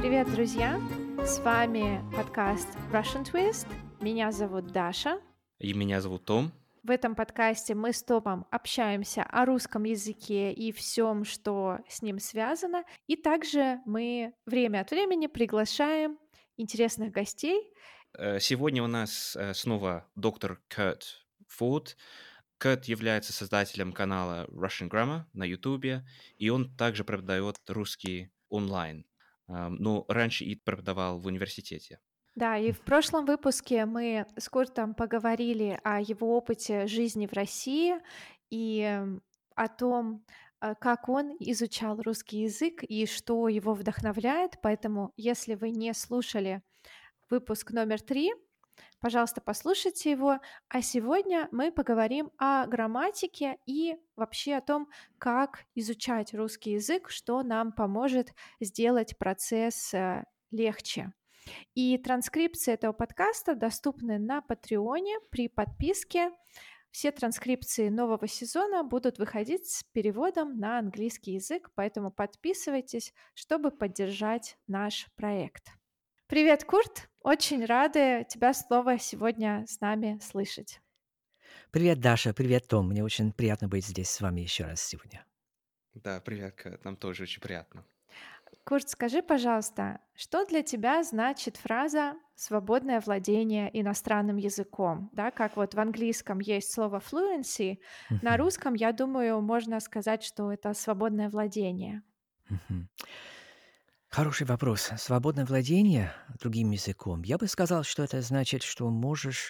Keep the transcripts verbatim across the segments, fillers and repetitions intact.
Привет, друзья! С вами подкаст Russian Twist. Меня зовут Даша. И меня зовут Том. В этом подкасте мы с Томом общаемся о русском языке и всем, что с ним связано. И также мы время от времени приглашаем интересных гостей. Э, Сегодня у нас э, снова доктор Курт Фуд. Курт является создателем канала Russian Grammar на Ютубе, и он также преподает русский онлайн. Ам, Но раньше и преподавал в университете. Да, и в прошлом выпуске мы с Куртом поговорили о его опыте жизни в России и м, о том, э, как он изучал русский язык и что его вдохновляет. Поэтому, если вы не слушали выпуск номер три, пожалуйста, послушайте его. А сегодня мы поговорим о грамматике и вообще о том, как изучать русский язык, что нам поможет сделать процесс э, легче. И транскрипции этого подкаста доступны на Патреоне при подписке. Все транскрипции нового сезона будут выходить с переводом на английский язык, поэтому подписывайтесь, чтобы поддержать наш проект. Привет, Курт! Очень рады тебя снова сегодня с нами слышать. Привет, Даша, привет, Том. Мне очень приятно быть здесь с вами еще раз сегодня. Да, привет, Курт. Нам тоже очень приятно. Курт, скажи, пожалуйста, что для тебя значит фраза «свободное владение иностранным языком»? Да, как вот в английском есть слово fluency, на Мгм, русском, я думаю, можно сказать, что это свободное владение. мгм. Хороший вопрос. Свободное владение другим языком. Я бы сказал, что это значит, что можешь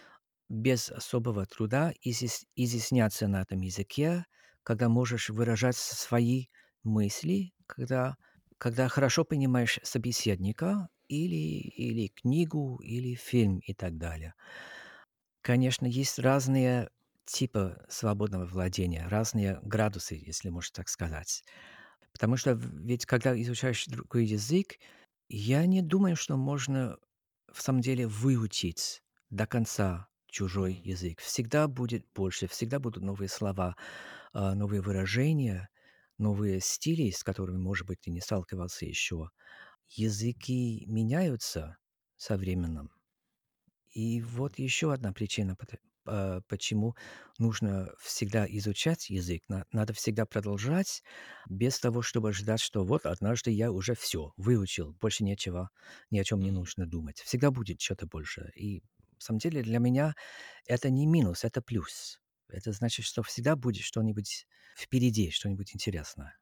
без особого труда изъяс- изъясняться на этом языке, когда можешь выражать свои мысли, когда, когда хорошо понимаешь собеседника или, или книгу, или фильм и так далее. Конечно, есть разные типы свободного владения, разные градусы, если можно так сказать. Потому что в- ведь когда изучаешь другой язык, я не думаю, что можно в самом деле выучить до конца чужой М, язык. Всегда будет больше, всегда будут новые слова, а, новые выражения, новые стили, с которыми, может быть, ты не сталкивался еще. Языки меняются со временем. И вот еще одна причина, пото- а, почему нужно всегда изучать язык. На- Надо всегда продолжать, без того, чтобы ждать, что вот однажды я уже все выучил, больше нечего, ни о чем не м. нужно думать. Всегда будет что-то больше. И в самом деле для меня это не минус, это плюс. Это значит, что всегда будет что-нибудь впереди, что-нибудь интересное.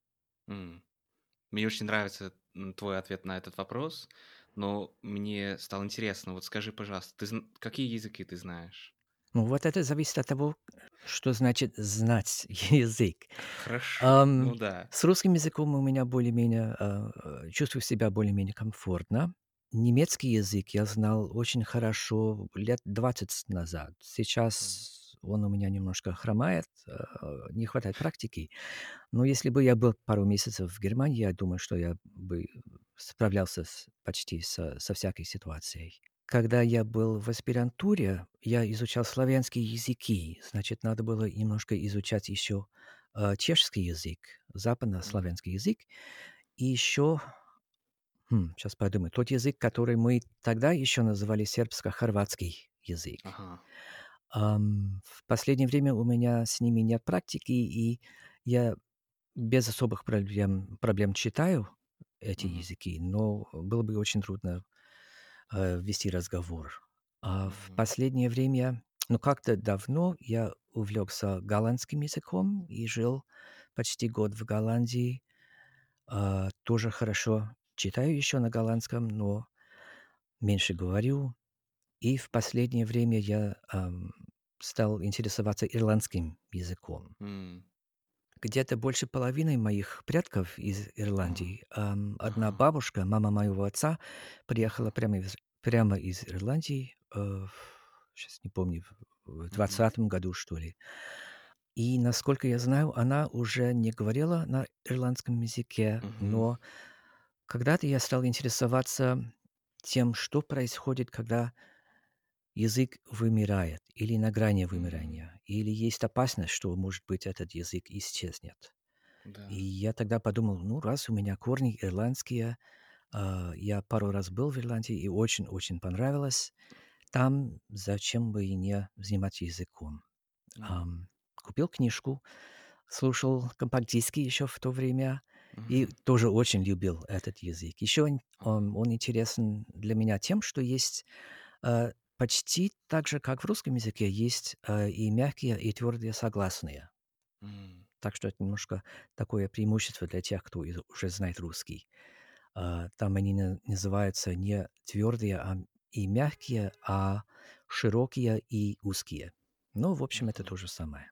М. Мне очень нравится м, твой ответ на этот вопрос, но мне стало интересно. Вот скажи, пожалуйста, ты зн- какие языки ты знаешь? Ну вот это зависит от того, что значит знать язык. Хорошо. Ам, Ну да. с русским языком у меня более-менее, а, э, чувствую себя более-менее комфортно. Немецкий язык я знал очень хорошо лет двадцать назад. М, Сейчас он у меня немножко хромает, а, не хватает практики. Но если бы я был пару месяцев в Германии, я думаю, что я бы справлялся с почти со со всякой ситуацией. Когда я был в аспирантуре, я изучал славянские языки. Значит, надо было немножко изучать еще, а, чешский язык, м. западнославянский язык. И еще, сейчас подумаю, тот язык, который мы тогда еще называли сербско-хорватский язык. Ага. Ам, в последнее время у меня с ними нет практики, и я без особых проблем проблем читаю эти Мгм, языки, но было бы очень трудно, э, вести разговор. А в мгм, последнее время, ну, как-то давно я увлекся голландским языком и жил почти год в Голландии. А, тоже хорошо читаю еще на голландском, но меньше говорю. И в последнее время я, ам, стал интересоваться ирландским языком. м. Где-то больше половины моих предков из Ага, Ирландии. Ам, одна ага, бабушка, мама моего отца, приехала ага. прямо из прямо из Ирландии, э, щас не помню, в в Мгм, двадцатом году, что ли. И, насколько я знаю, она уже не говорила на ирландском языке, мгм, но когда-то я стал интересоваться тем, что происходит, когда язык вымирает или на грани м. вымирания, или есть опасность, что, может быть, этот язык исчезнет. И Да. я тогда подумал, ну, раз у меня корни ирландские, А, я пару раз был в Ирландии и очень-очень понравилось. Там зачем бы и не заниматься языком. М, Ам, Купил книжку, слушал компакт-диски еще в то время и мгм. тоже очень любил этот язык. Еще он, Ага. он- он интересен для меня тем, что есть э, почти так же, как в русском языке, есть э, и мягкие, и твердые согласные. М, Так что это немножко такое преимущество для тех, кто из- уже знает русский. А, там они на- называются не твердые а, и мягкие, а широкие и узкие. Ну, в общем, это мгм. то же самое.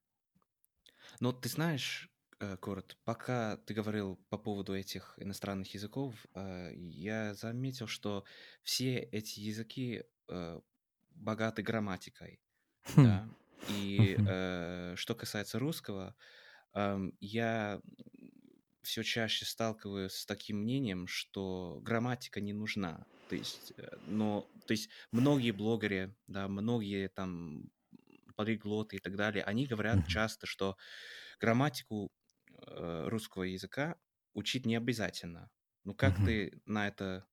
Но ты знаешь, э, Корот, пока ты говорил по поводу этих иностранных языков, э, я заметил, что все эти языки э, богаты грамматикой, Хм. да. И Мгм. э, что касается русского, ам, я все чаще сталкиваюсь с таким мнением, что грамматика не нужна. То есть, э, но, то есть многие блогеры, да, многие там полиглоты и так далее, они говорят Мгм. часто, что грамматику э, русского языка учить не обязательно. Ну как Мгм. ты на это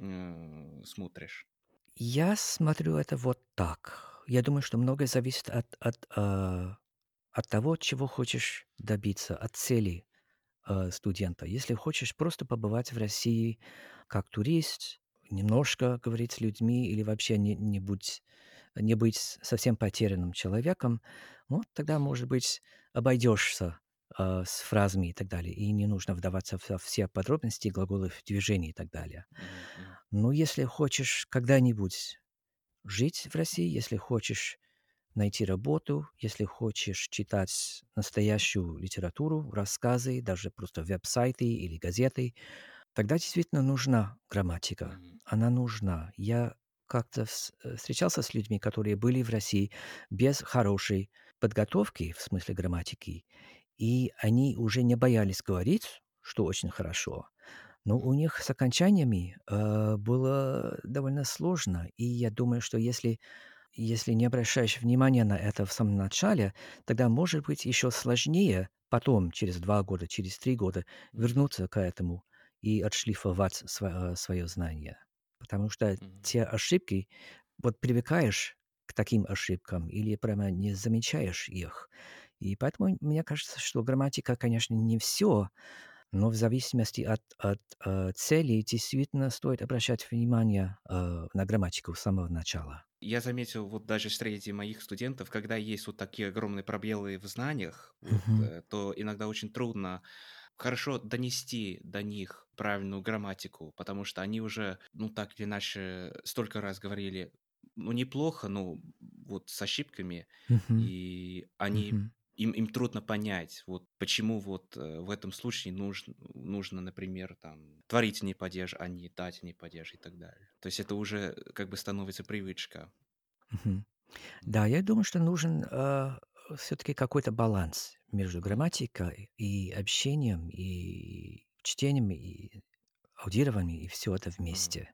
м, смотришь? Я смотрю это вот так. Я думаю, что многое зависит от, от, а, от того, чего хочешь добиться, от цели э, студента. Если хочешь просто побывать в России как турист, немножко говорить с людьми или вообще не, не, будь, не быть совсем потерянным человеком, вот тогда, Мгм, может быть, обойдешься э, с фразами и так далее, и не нужно вдаваться во все подробности глаголов движений и так далее. мгм, мгм, Но если хочешь когда-нибудь жить в России, если хочешь найти работу, если хочешь читать настоящую литературу, рассказы, даже просто веб-сайты или газеты, тогда действительно нужна грамматика. мгм, Она нужна. Я как-то вс- э, встречался с людьми, которые были в России без хорошей подготовки, в смысле грамматики, и они уже не боялись говорить, что очень хорошо, но у мгм, них с окончаниями э, было довольно сложно. И я думаю, что если если не обращаешь внимания на это в самом начале, тогда может быть еще сложнее потом, через два года, через три года, мгм, вернуться к этому и отшлифовать свое знание. Потому что мгм. те ошибки, вот привыкаешь к таким ошибкам или прямо не замечаешь их. И поэтому мне кажется, что грамматика, конечно, не все, но в зависимости от, от э, цели действительно стоит обращать внимание э, на грамматику с самого начала. Я заметил, вот даже среди моих студентов, когда есть вот такие огромные пробелы в знаниях, вот, Мгм. э, то иногда очень трудно хорошо донести до них правильную грамматику, потому что они уже, ну, так или иначе, столько раз говорили, ну, неплохо, но вот с ошибками, Мгм. и они Мгм. им, им трудно понять, вот почему вот э, в этом случае нужно, нужно, например, там, творительный падеж, а не дательный падеж и так далее. То есть это уже э, как бы становится привычка. Мгм. М, Да, я думаю, что нужен, все таки какой-то баланс между м, грамматикой и общением, и чтением, и аудированием, и все это м, вместе.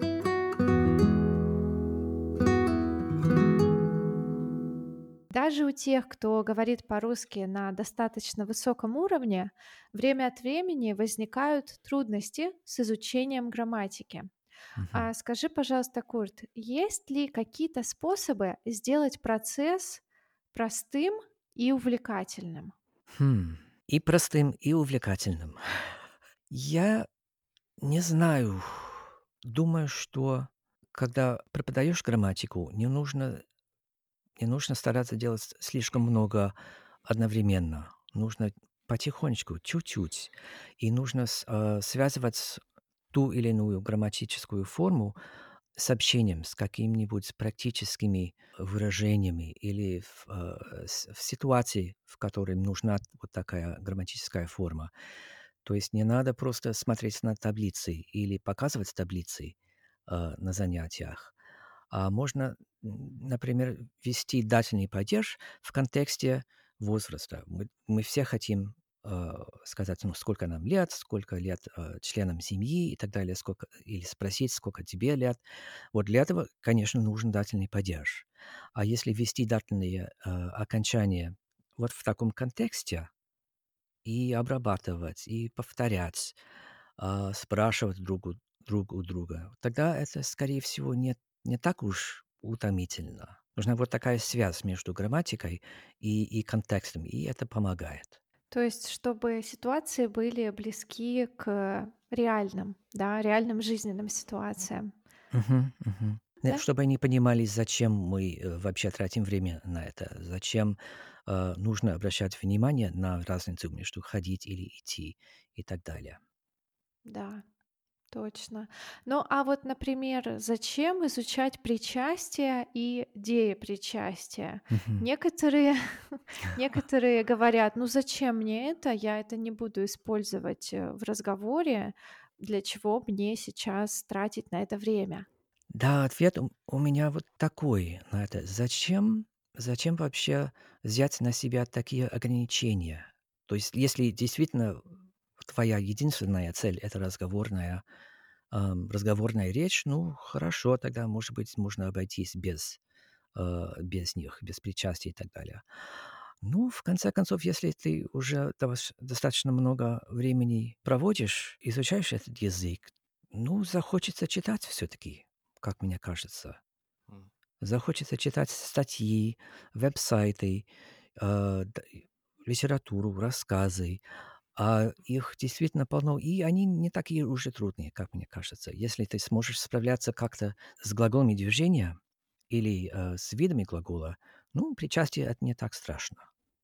Даже у тех, кто говорит по-русски на достаточно высоком уровне, время от времени возникают трудности с изучением грамматики. Мгм. А скажи, пожалуйста, Курт, есть ли какие-то способы сделать процесс простым и увлекательным? Хм. И простым, и увлекательным. Я не знаю. Думаю, что когда преподаешь грамматику, не нужно не нужно стараться делать с слишком много одновременно. Нужно потихонечку, чуть-чуть. И нужно с а, связывать ту или иную грамматическую форму с общением, с какими-нибудь практическими выражениями или в, а, с в ситуации, в которой нужна вот такая грамматическая форма. То есть не надо просто смотреть на таблицы или показывать таблицы, а, на занятиях, а можно, м, например, ввести дательный падеж в контексте возраста. Мы, мы все хотим э, сказать, ну, сколько нам лет, сколько лет э, членам семьи и так далее, сколько, или спросить, сколько тебе лет. Вот для этого, конечно, нужен дательный падеж. А если ввести дательные э, окончания вот в таком контексте и обрабатывать, и повторять, а, спрашивать другу, друг у друга, тогда это, скорее всего, не, не так уж утомительно. Нужна вот такая связь между грамматикой и, и контекстом, и это помогает. То есть, чтобы ситуации были близки к реальным, да, реальным жизненным ситуациям, Мгм, мгм. Э, да? Чтобы они понимали, зачем мы э, вообще тратим время на это, зачем э, нужно обращать внимание на разницу между ходить или идти и так далее. Да, точно. Ну, а вот, например, зачем изучать причастие и деепричастие? Мгм. Некоторые, некоторые говорят, ну зачем мне это? Я это не буду использовать э, в разговоре. Для чего мне сейчас тратить на это время? Да, ответ у у меня вот такой на это. Зачем, зачем вообще взять на себя такие ограничения? То есть, если действительно твоя единственная цель — это разговорная, ам, разговорная речь, ну, хорошо, тогда, может быть, можно обойтись без, э, без них, без причастия и так далее. Ну, в конце концов, если ты уже довос- достаточно много времени проводишь, изучаешь этот язык, ну, захочется читать все-таки, как мне кажется. М. Захочется читать статьи, веб-сайты, э, д- и литературу, рассказы. А их действительно полно, и они не такие уже трудные, как мне кажется. Если ты сможешь справляться как-то с глаголами движения или э, с видами глагола, ну, причастие это не так страшно.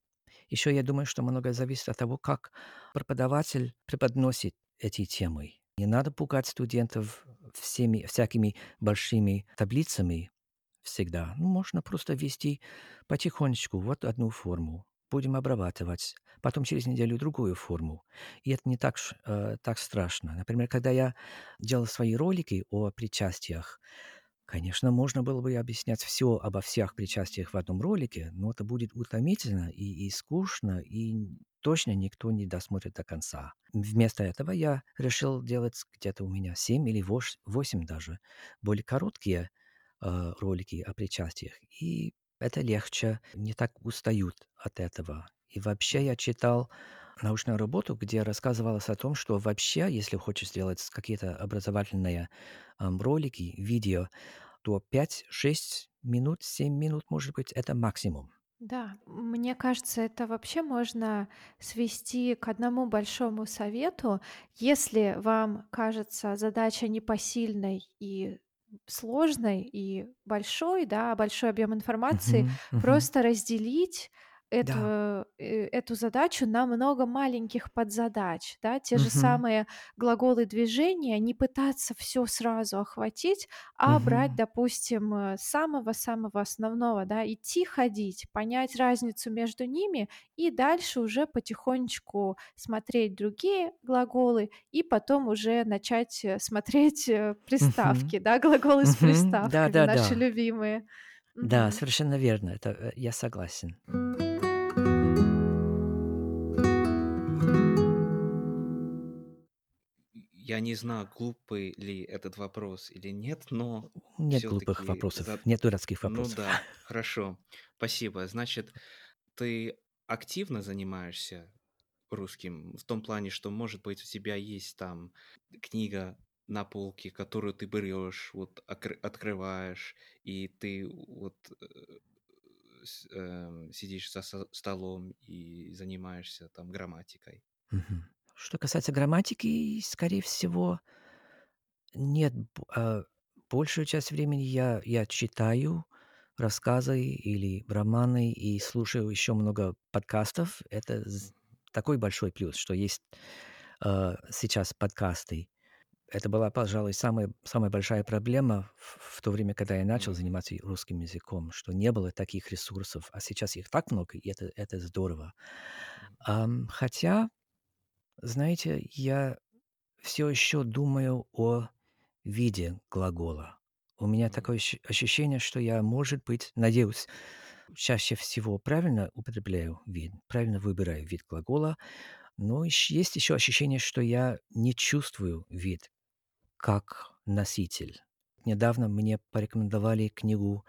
Еще я думаю, что многое зависит от того, как преподаватель преподносит эти темы. Не надо пугать студентов всеми, всякими большими таблицами всегда. Ну, можно просто ввести потихонечку вот одну форму. Будем обрабатывать. Потом через неделю другую форму. И это не так, ш- э, так страшно. Например, когда я делал свои ролики о причастиях, конечно, можно было бы объяснять все обо всех причастиях в одном ролике, но это будет утомительно и, и скучно, и точно никто не досмотрит до конца. Вместо этого я решил делать где-то у меня семь или вош- восемь даже более короткие э, ролики о причастиях. И это легче, не так устают от этого. И вообще М. я читал научную работу, где рассказывалось о том, что вообще, если хочешь сделать какие-то образовательные ам, ролики, видео, то пять шесть минут, семь минут, может быть, это максимум. Да, мне кажется, это вообще можно свести к одному большому совету. Если вам кажется задача непосильной и сложной, и большой, да, большой объем информации, Мгм, мгм. просто разделить Да. эту, э, эту задачу на много маленьких подзадач, да, те же Мгм, самые глаголы движения, не пытаться все сразу охватить, а брать, мгм, допустим, э, самого-самого основного, да, идти, ходить, понять разницу между ними и дальше уже потихонечку смотреть другие глаголы и потом уже начать, э, смотреть, э, мгм, приставки, да, глаголы с мгм. приставками, наши Да-да-да. любимые. Да, Мгм. совершенно верно. Это, э, я согласен. Я не знаю, глупый ли этот вопрос или нет, но Нет глупых все-таки вопросов, за... нет дурацких Ну вопросов. да, хорошо. Спасибо. Значит, ты активно занимаешься русским в том плане, что, может быть, у тебя есть там книга на полке, которую ты берешь, вот окр- открываешь, и ты вот э, с- эм, сидишь за со- столом и занимаешься там грамматикой. Мгм. Что касается грамматики, скорее всего, нет. Б а, большую часть времени я я читаю рассказы или романы и слушаю еще много подкастов. Это з такой большой плюс, что есть, а, сейчас подкасты. Это была, пожалуй, самая самая большая проблема в в то время, когда я начал Мгм. заниматься и русским языком, что не было таких ресурсов, а сейчас их так много, и это это здорово. Мгм. Ам, хотя, знаете, я все еще думаю о виде глагола. У меня Мгм. такое ощ- ощущение, что я, может быть, надеюсь, чаще всего правильно употребляю вид, правильно выбираю вид глагола, но ещ- есть еще ощущение, что я не чувствую вид как носитель. Недавно мне порекомендовали книгу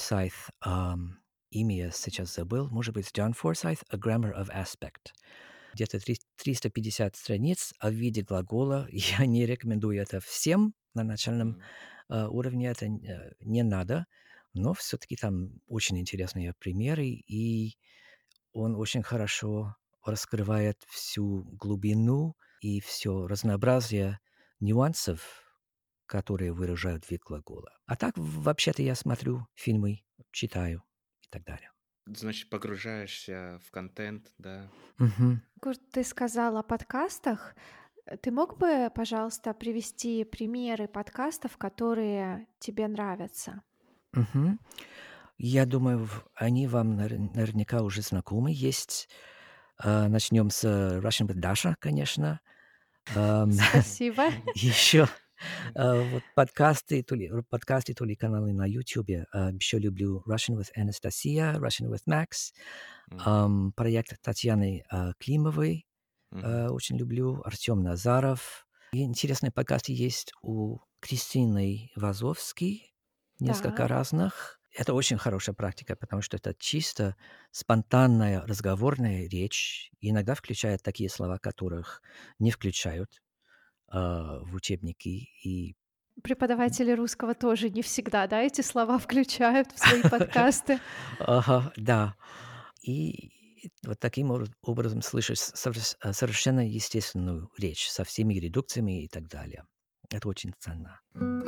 Forsyth, ам, имя я сейчас забыл, может быть, John Forsyth, A Grammar of Aspect. где-то три- триста пятьдесят страниц, а в виде глагола. Я не рекомендую это всем. На начальном Мгм. э, уровне это э, не надо. Но все-таки там очень интересные примеры, и он очень хорошо раскрывает всю глубину и все разнообразие нюансов, которые выражают вид глагола. А так, в- вообще-то, я смотрю фильмы, читаю и так далее. Значит, погружаешься в контент, да. Мгм. Курт, ты сказал о подкастах. Э, Ты мог бы, пожалуйста, привести примеры подкастов, которые тебе нравятся? Мгм. Я думаю, в- они вам навер- наверняка уже знакомы. Есть, а, начнем с э, Russian with Dasha, конечно. Ам, Спасибо. Еще а, вот подкасты, то ли р- подкасты, то ли каналы на YouTube. Еще люблю Russian with Anastasia, Russian with Max, Мгм. ам, проект Татьяны а, Климовой. Мгм. а, Очень люблю. Артем Назаров. И интересные подкасты есть у Кристины Вазовской. Несколько Так. разных. Это очень хорошая практика, потому что это чисто спонтанная разговорная речь. И иногда включает такие слова, которых не включают а, в учебники. И Преподаватели русского тоже не всегда, да, эти слова включают в свои подкасты. ага, да. И вот таким обр- образом слышишь соверш- э, совершенно естественную речь со всеми редукциями и так далее. Это очень ценно.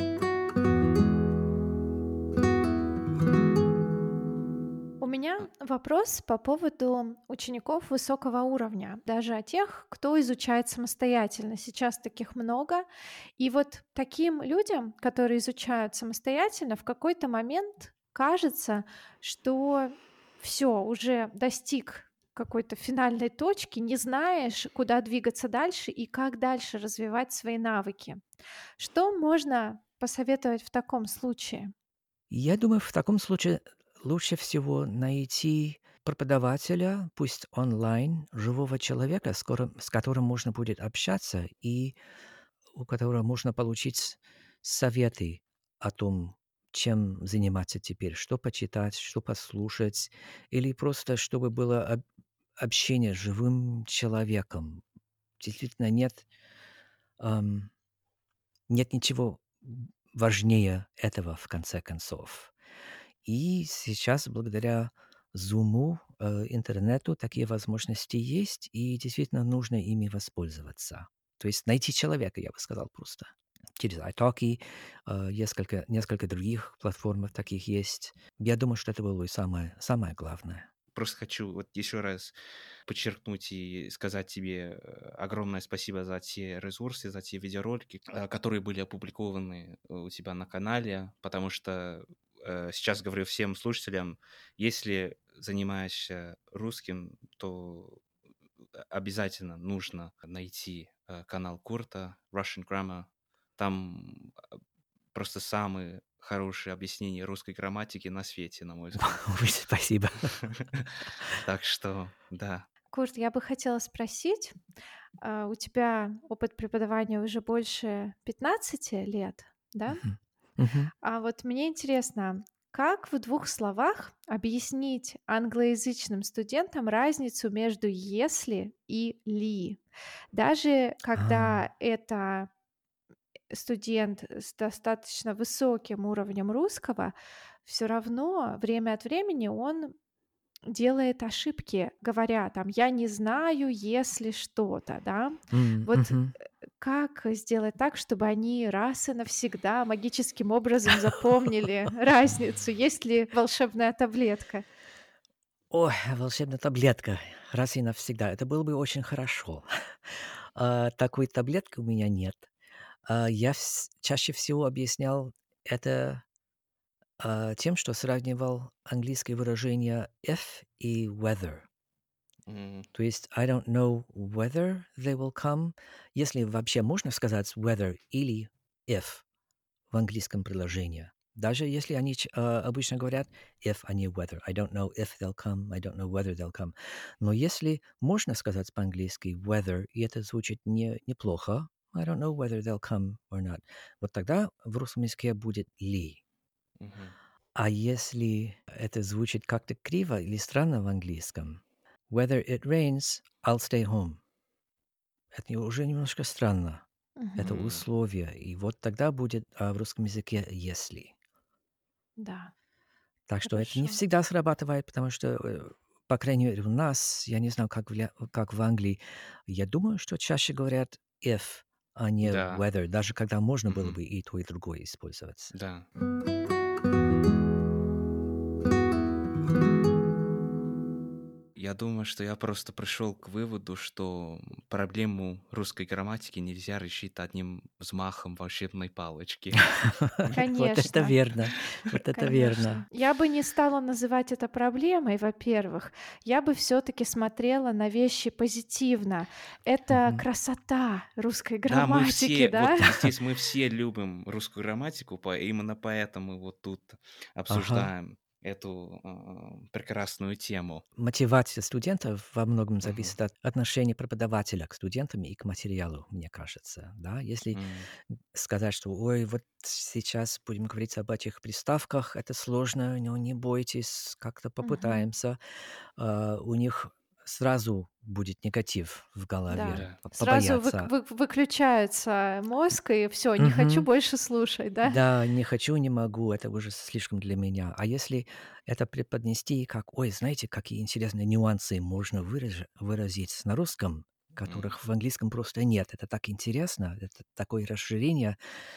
У меня вопрос по поводу учеников высокого уровня, даже о тех, кто изучает самостоятельно. Сейчас таких много. И вот таким людям, которые изучают самостоятельно, в какой-то момент кажется, что все, уже достиг какой-то финальной точки, не знаешь, куда двигаться дальше и как дальше развивать свои навыки. Что можно посоветовать в таком случае? Я думаю, в таком случае лучше всего найти преподавателя, пусть онлайн, живого человека, с которым, с которым можно будет общаться и у которого можно получить советы о том, чем заниматься теперь, что почитать, что послушать, или просто чтобы было об- общение с живым человеком. Действительно, нет, ам, нет ничего важнее этого, в конце концов. И сейчас благодаря Зуму, э, интернету такие возможности есть, и действительно нужно ими воспользоваться. То есть найти человека, я бы сказал просто. Через iTalki, э, несколько, несколько других платформ таких есть. Я думаю, что это было бы самое, самое главное. Просто хочу вот еще раз подчеркнуть и сказать тебе э, огромное спасибо за те ресурсы, за те видеоролики, э, которые были опубликованы э, у тебя на канале, потому что э, сейчас говорю всем слушателям, если занимаешься русским, то э, обязательно нужно найти э, канал Курта, Russian Grammar. Там э, просто самые хорошие объяснения русской грамматики на свете, на мой взгляд. Ой, спасибо. Так что, да. Курт, я бы хотела спросить, а, у тебя опыт преподавания уже больше пятнадцати лет, да? Мгм. Мгм. А вот мне интересно, как в двух словах объяснить англоязычным студентам разницу между «если» и «ли»? Даже А, когда это студент с достаточно высоким уровнем русского, все равно время от времени он делает ошибки, говоря там: "Я не знаю, если что-то", да. м, Вот, э, мгм. как сделать так, чтобы они раз и навсегда магическим образом запомнили разницу? Есть ли волшебная таблетка? Ой, волшебная таблетка. Раз и навсегда. Это было бы очень хорошо. А, такой таблетки у меня нет. А, я вс чаще всего объяснял это, а, тем, что сравнивал английские выражения if и whether. М, То есть I don't know whether they will come. Если вообще можно сказать whether или if в английском предложении. Даже если они ч а, обычно говорят if, а не whether. I don't know if they'll come, I don't know whether they'll come. Но если можно сказать по-английски whether, и это звучит не неплохо, I don't know whether they'll come or not, вот тогда в русском языке будет ли. мгм. А если это звучит как-то криво или странно в английском, Whether it rains, I'll stay home. Это уже немножко странно. Это Мгм. М, условие. И вот тогда будет а, в русском языке «если». Да, Так что это не хорошо. всегда срабатывает, потому что, э, по крайней мере, у нас, я не знаю, как в, ля- как в Англии, я думаю, что чаще говорят if, а не Да. whether, даже когда можно было Мгм. бы и то, и другое использовать. Да. Я думаю, что я просто пришел к выводу, что проблему русской грамматики нельзя решить одним взмахом волшебной палочки. Вот это Конечно. верно, вот это верно. Конечно. Я бы не стала называть это проблемой, во-первых. Я бы все таки смотрела на вещи позитивно. Это Мгм. красота русской Да, мы грамматики, все, да? вот здесь мы все любим русскую грамматику, по- именно поэтому вот тут Ага. обсуждаем эту а, прекрасную тему. Мотивация студентов во многом Мгм. зависит от отношения преподавателя к студентам и к материалу, мне кажется. Да? Если М, сказать, что ой, вот сейчас будем говорить об этих приставках, это сложно, но не бойтесь, как-то Мгм. попытаемся, а, у них сразу будет негатив в голове, Да. Да. по- Сразу вык побояться. вык выключается мозг, и все, не хочу Мгм. больше слушать, да? Да, не хочу, не могу, это уже слишком для меня. А если это преподнести как, ой, знаете, какие интересные нюансы можно выраж- выразить на русском, М, которых в английском просто нет. Это так интересно, это такое расширение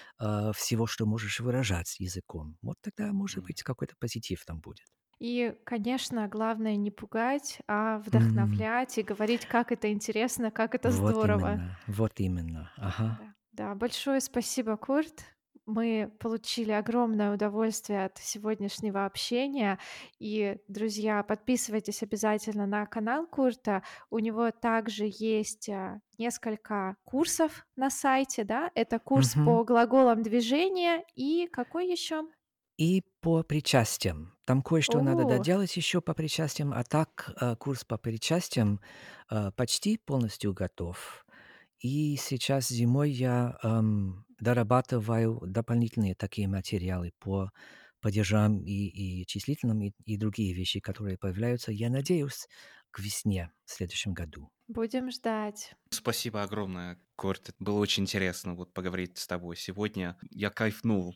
а, всего, что можешь выражать языком. Вот тогда, может м, быть, какой-то позитив там будет. И, конечно, главное не пугать, а М, вдохновлять и говорить, как это интересно, как это Вот здорово. именно, вот именно. Ага. Да, да, большое спасибо, Курт. Мы получили огромное удовольствие от сегодняшнего общения. И, друзья, подписывайтесь обязательно на канал Курта. У него также есть а, несколько курсов на сайте, да? Это курс Мгм. по глаголам движения и какой еще? И по причастиям. Там кое-что надо О, доделать еще по причастиям, а так э, курс по причастиям э, почти полностью готов. И сейчас зимой я ам, дорабатываю дополнительные такие материалы по падежам и, и числительным, и, и другие вещи, которые появляются, я надеюсь, к весне в следующем году. будем ждать. Спасибо огромное, Корт. Это было очень интересно вот поговорить с тобой сегодня. Я кайфнул,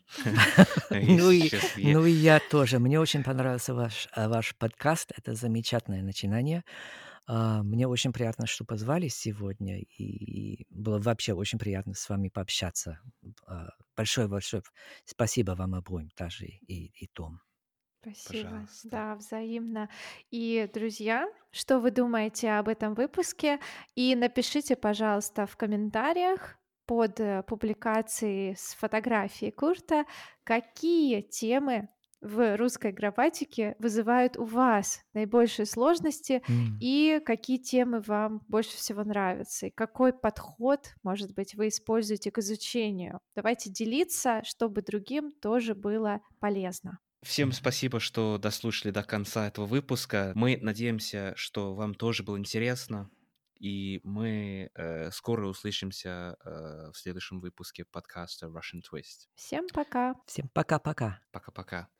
Ну если и, честно. Я- ну и я тоже. Мне очень понравился ваш, а, ваш подкаст. Это замечательное начинание. А, Мне очень приятно, что позвали сегодня. И было вообще очень приятно с вами пообщаться. А, Большое-большое спасибо вам обоим, даже и, и Том. Спасибо. Пожалуйста. Да, взаимно. И, друзья, что вы думаете об этом выпуске? И напишите, пожалуйста, в комментариях под э, публикацией с фотографией Курта, какие темы в русской грамматике вызывают у вас наибольшие сложности М. и какие темы вам больше всего нравятся, и какой подход, может быть, вы используете к изучению. Давайте делиться, чтобы другим тоже было полезно. Всем спасибо, что дослушали до конца этого выпуска. Мы надеемся, что вам тоже было интересно. И мы э, скоро услышимся э, в следующем выпуске подкаста Russian Twist. Всем пока! Всем пока-пока. Пока-пока.